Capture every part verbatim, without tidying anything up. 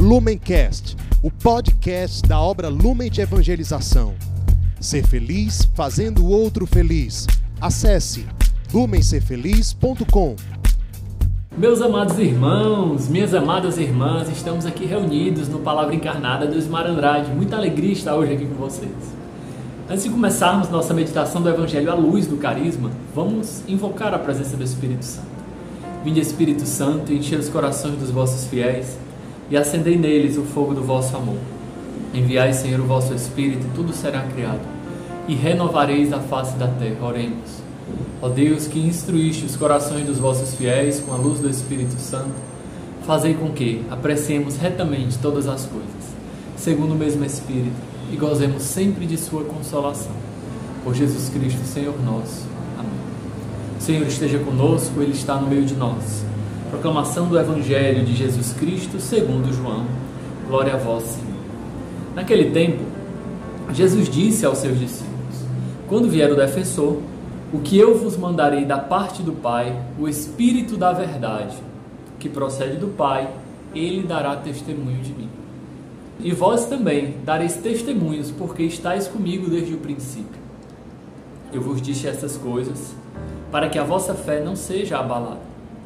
Lumencast, o podcast da obra Lumen de Evangelização. Ser feliz fazendo o outro feliz. Acesse lumen ser feliz ponto com. Meus amados irmãos, minhas amadas irmãs, estamos aqui reunidos no Palavra Encarnada do Osmar Andrade. Muita alegria estar hoje aqui com vocês. Antes de começarmos nossa meditação do Evangelho à luz do carisma, vamos invocar a presença do Espírito Santo. Vinde, Espírito Santo, enchei os corações dos vossos fiéis e acendei neles o fogo do vosso amor. Enviai, Senhor, o vosso Espírito, e tudo será criado, e renovareis a face da terra. Oremos. Ó Deus, que instruíste os corações dos vossos fiéis com a luz do Espírito Santo, fazei com que apreciemos retamente todas as coisas, segundo o mesmo Espírito, e gozemos sempre de sua consolação. Por Jesus Cristo, Senhor nosso. Amém. O Senhor esteja conosco, Ele está no meio de nós. Proclamação do Evangelho de Jesus Cristo segundo João. Glória a vós, Senhor. Naquele tempo, Jesus disse aos seus discípulos: quando vier o defensor, o que eu vos mandarei da parte do Pai, o Espírito da verdade, que procede do Pai, Ele dará testemunho de mim. E vós também dareis testemunhos, porque estáis comigo desde o princípio. Eu vos disse essas coisas, para que a vossa fé não seja abalada.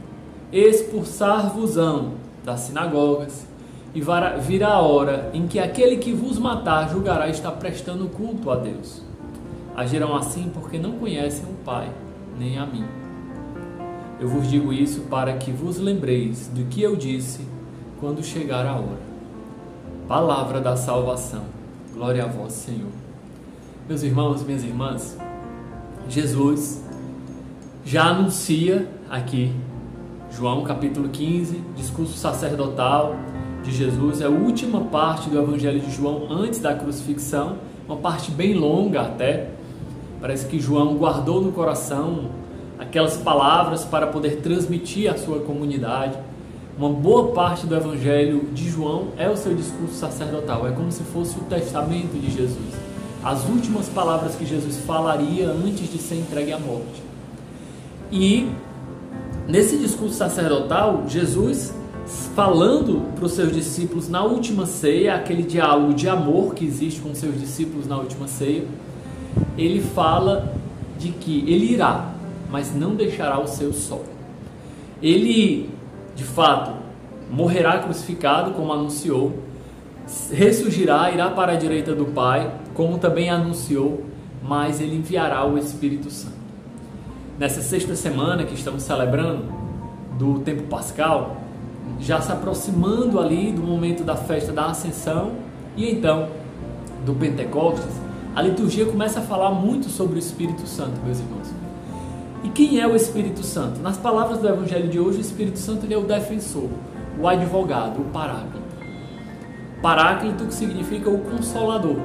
Expulsar-vos-ão das sinagogas, e virá a hora em que aquele que vos matar julgará estar prestando culto a Deus. Agirão assim porque não conhecem o Pai, nem a mim. Eu vos digo isso para que vos lembreis do que eu disse quando chegar a hora. Palavra da salvação. Glória a vós, Senhor. Meus irmãos, minhas irmãs, Jesus já anuncia aqui, João capítulo quinze, discurso sacerdotal de Jesus, é a última parte do Evangelho de João antes da crucifixão, uma parte bem longa até. Parece que João guardou no coração aquelas palavras para poder transmitir à sua comunidade. Uma boa parte do Evangelho de João é o seu discurso sacerdotal, é como se fosse o testamento de Jesus, as últimas palavras que Jesus falaria antes de ser entregue à morte. E nesse discurso sacerdotal, Jesus falando para os seus discípulos na última ceia, aquele diálogo de amor que existe com os seus discípulos na última ceia, ele fala de que ele irá, mas não deixará o seu sol. Ele, de fato, morrerá crucificado, como anunciou, ressurgirá, irá para a direita do Pai, como também anunciou, mas ele enviará o Espírito Santo. Nessa sexta semana que estamos celebrando, do tempo pascal, já se aproximando ali do momento da festa da Ascensão e então do Pentecostes, a liturgia começa a falar muito sobre o Espírito Santo, meus irmãos. E quem é o Espírito Santo? Nas palavras do Evangelho de hoje, o Espírito Santo ele é o defensor, o advogado, o paráclito. Paráclito que significa o consolador,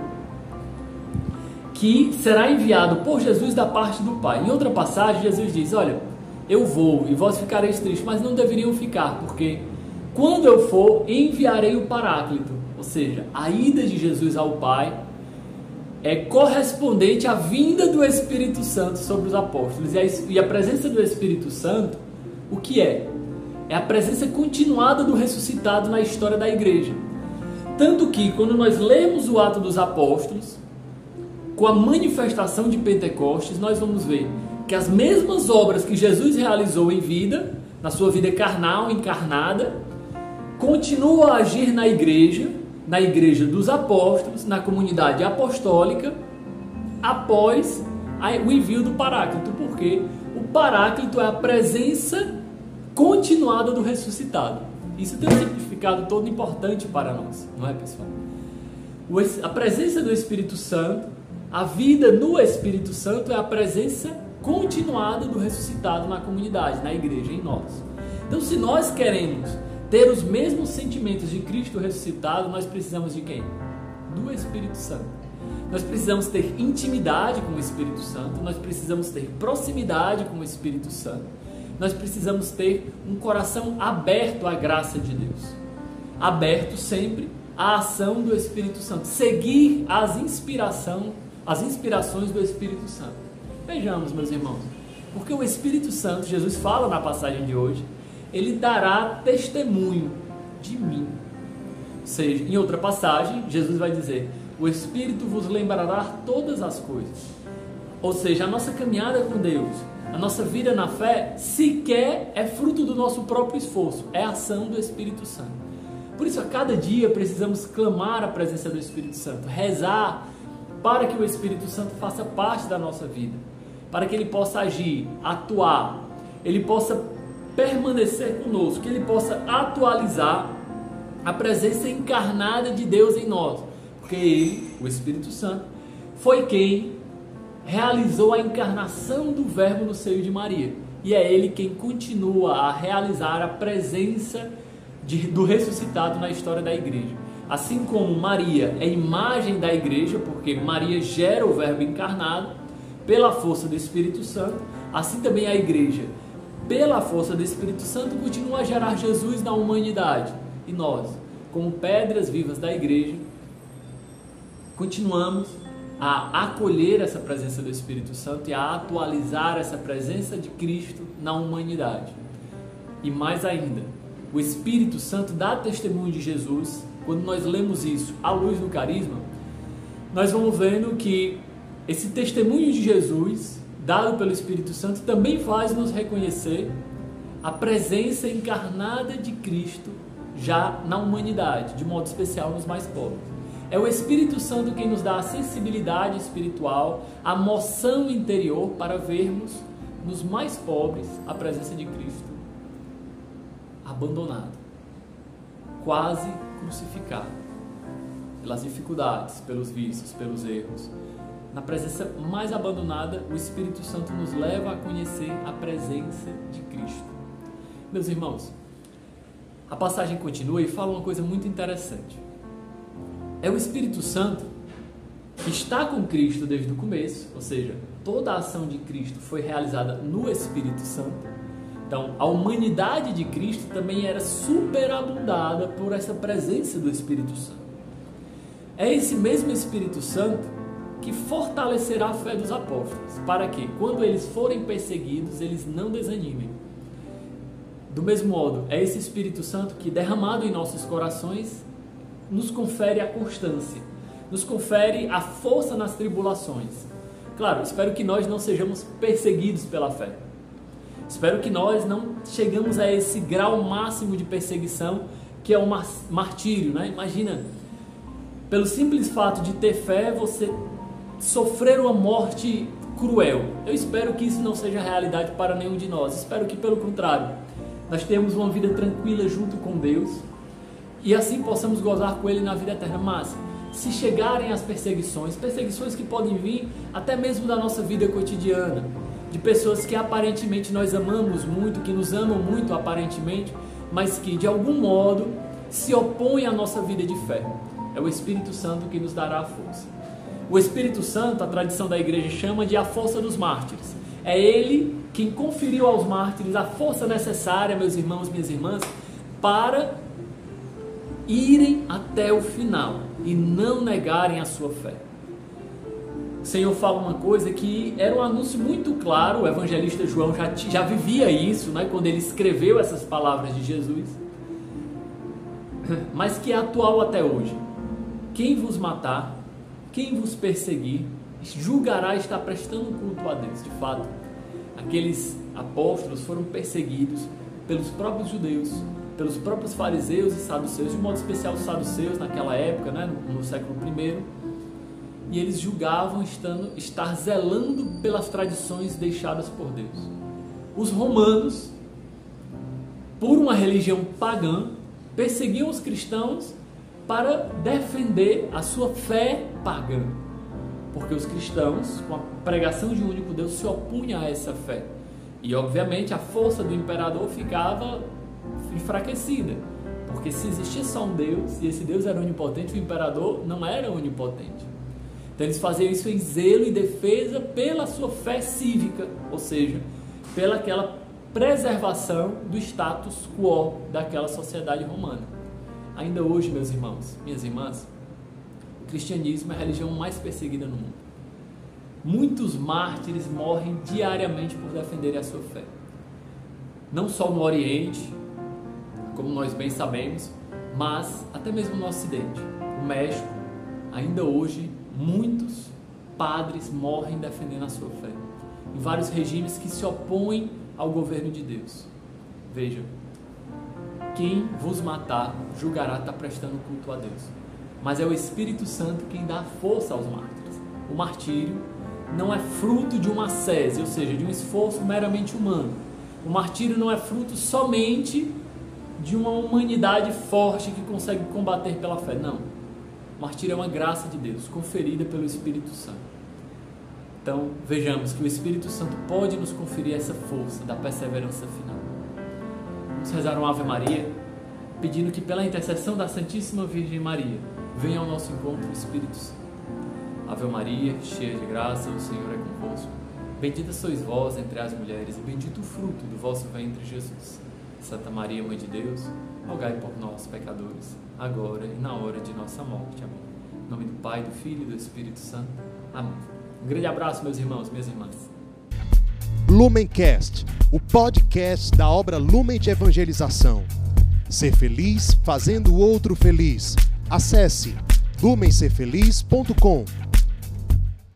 que será enviado por Jesus da parte do Pai. Em outra passagem, Jesus diz: olha, eu vou e vós ficareis tristes, mas não deveriam ficar, porque quando eu for, enviarei o Paráclito. Ou seja, a ida de Jesus ao Pai é correspondente à vinda do Espírito Santo sobre os apóstolos. E a presença do Espírito Santo, o que é? É a presença continuada do ressuscitado na história da igreja. Tanto que, quando nós lemos o Atos dos Apóstolos, com a manifestação de Pentecostes, nós vamos ver que as mesmas obras que Jesus realizou em vida, na sua vida carnal, encarnada, continuam a agir na igreja, na igreja dos apóstolos, na comunidade apostólica, após o envio do Paráclito, porque o Paráclito é a presença continuada do ressuscitado. Isso tem um significado todo importante para nós, não é, pessoal? A presença do Espírito Santo, a vida no Espírito Santo é a presença continuada do ressuscitado na comunidade, na igreja, em nós. Então, se nós queremos ter os mesmos sentimentos de Cristo ressuscitado, nós precisamos de quem? Do Espírito Santo. Nós precisamos ter intimidade com o Espírito Santo, nós precisamos ter proximidade com o Espírito Santo, nós precisamos ter um coração aberto à graça de Deus, aberto sempre à ação do Espírito Santo, seguir as, inspiração, as inspirações do Espírito Santo. Vejamos, meus irmãos, porque o Espírito Santo, Jesus fala na passagem de hoje, ele dará testemunho de mim. Ou seja, em outra passagem, Jesus vai dizer: o Espírito vos lembrará todas as coisas. Ou seja, a nossa caminhada com Deus, a nossa vida na fé, sequer é fruto do nosso próprio esforço, é a ação do Espírito Santo. Por isso, a cada dia precisamos clamar a presença do Espírito Santo, rezar para que o Espírito Santo faça parte da nossa vida, para que ele possa agir, atuar, ele possa permanecer conosco, que ele possa atualizar a presença encarnada de Deus em nós, porque ele, o Espírito Santo, foi quem realizou a encarnação do Verbo no seio de Maria, e é ele quem continua a realizar a presença de, do ressuscitado na história da igreja. Assim como Maria é imagem da igreja, porque Maria gera o Verbo encarnado pela força do Espírito Santo, assim também a igreja, pela força do Espírito Santo, continua a gerar Jesus na humanidade. E nós, como pedras vivas da igreja, continuamos a acolher essa presença do Espírito Santo e a atualizar essa presença de Cristo na humanidade. E mais ainda, o Espírito Santo dá testemunho de Jesus. Quando nós lemos isso à luz do carisma, nós vamos vendo que esse testemunho de Jesus, dado pelo Espírito Santo, também faz nos reconhecer a presença encarnada de Cristo já na humanidade, de modo especial nos mais pobres. É o Espírito Santo quem nos dá a sensibilidade espiritual, a moção interior para vermos nos mais pobres a presença de Cristo abandonado, quase crucificado, pelas dificuldades, pelos vícios, pelos erros. Na presença mais abandonada, o Espírito Santo nos leva a conhecer a presença de Cristo. Meus irmãos, a passagem continua e fala uma coisa muito interessante. É o Espírito Santo que está com Cristo desde o começo, ou seja, toda a ação de Cristo foi realizada no Espírito Santo. Então, a humanidade de Cristo também era superabundada por essa presença do Espírito Santo. É esse mesmo Espírito Santo que fortalecerá a fé dos apóstolos, para que, quando eles forem perseguidos, eles não desanimem. Do mesmo modo, é esse Espírito Santo que, derramado em nossos corações, nos confere a constância, nos confere a força nas tribulações. Claro, espero que nós não sejamos perseguidos pela fé. Espero que nós não chegamos a esse grau máximo de perseguição que é o martírio, né? Imagina, pelo simples fato de ter fé, você sofrer uma morte cruel. Eu espero que isso não seja realidade para nenhum de nós. Espero que, pelo contrário, nós tenhamos uma vida tranquila junto com Deus e assim possamos gozar com Ele na vida eterna. Mas, se chegarem as perseguições, perseguições que podem vir até mesmo da nossa vida cotidiana, de pessoas que aparentemente nós amamos muito, que nos amam muito aparentemente, mas que de algum modo se opõem à nossa vida de fé, é o Espírito Santo que nos dará a força. O Espírito Santo, a tradição da igreja chama de a força dos mártires. É Ele quem conferiu aos mártires a força necessária, meus irmãos, minhas irmãs, para irem até o final e não negarem a sua fé. O Senhor fala uma coisa que era um anúncio muito claro, o evangelista João já, já vivia isso, né, quando ele escreveu essas palavras de Jesus, mas que é atual até hoje. Quem vos matar, quem vos perseguir, julgará estar prestando culto a Deus. De fato, aqueles apóstolos foram perseguidos pelos próprios judeus, pelos próprios fariseus e saduceus, de modo especial os saduceus naquela época, né, no, no século primeiro, e eles julgavam estando, estar zelando pelas tradições deixadas por Deus. Os romanos, por uma religião pagã, perseguiam os cristãos para defender a sua fé pagã, porque os cristãos, com a pregação de um único Deus, se opunham a essa fé, e obviamente a força do imperador ficava enfraquecida, porque se existia só um Deus, e esse Deus era onipotente, o imperador não era onipotente. Então eles faziam isso em zelo e defesa pela sua fé cívica, ou seja, pela aquela preservação do status quo daquela sociedade romana. Ainda hoje, meus irmãos, minhas irmãs, o cristianismo é a religião mais perseguida no mundo. Muitos mártires morrem diariamente por defenderem a sua fé. Não só no Oriente, como nós bem sabemos, Mas, até mesmo no Ocidente, no México, ainda hoje, muitos padres morrem defendendo a sua fé. Em vários regimes que se opõem ao governo de Deus. Vejam, quem vos matar, julgará estar prestando culto a Deus. Mas é o Espírito Santo quem dá força aos mártires. O martírio não é fruto de uma ascese, ou seja, de um esforço meramente humano. O martírio não é fruto somente de uma humanidade forte que consegue combater pela fé. Não. O martírio é uma graça de Deus, conferida pelo Espírito Santo. Então, vejamos que o Espírito Santo pode nos conferir essa força da perseverança final. Vamos rezar uma Ave Maria, pedindo que pela intercessão da Santíssima Virgem Maria, venha ao nosso encontro o Espírito Santo. Ave Maria, cheia de graça, o Senhor é convosco. Bendita sois vós entre as mulheres, e bendito o fruto do vosso ventre, Jesus. Santa Maria, Mãe de Deus, rogai por nós, pecadores, agora e na hora de nossa morte. Amém. Em nome do Pai, do Filho e do Espírito Santo. Amém. Um grande abraço, meus irmãos, minhas irmãs. Lumencast, o podcast da obra Lumen de Evangelização. Ser feliz fazendo o outro feliz. Acesse lumen ser feliz ponto com.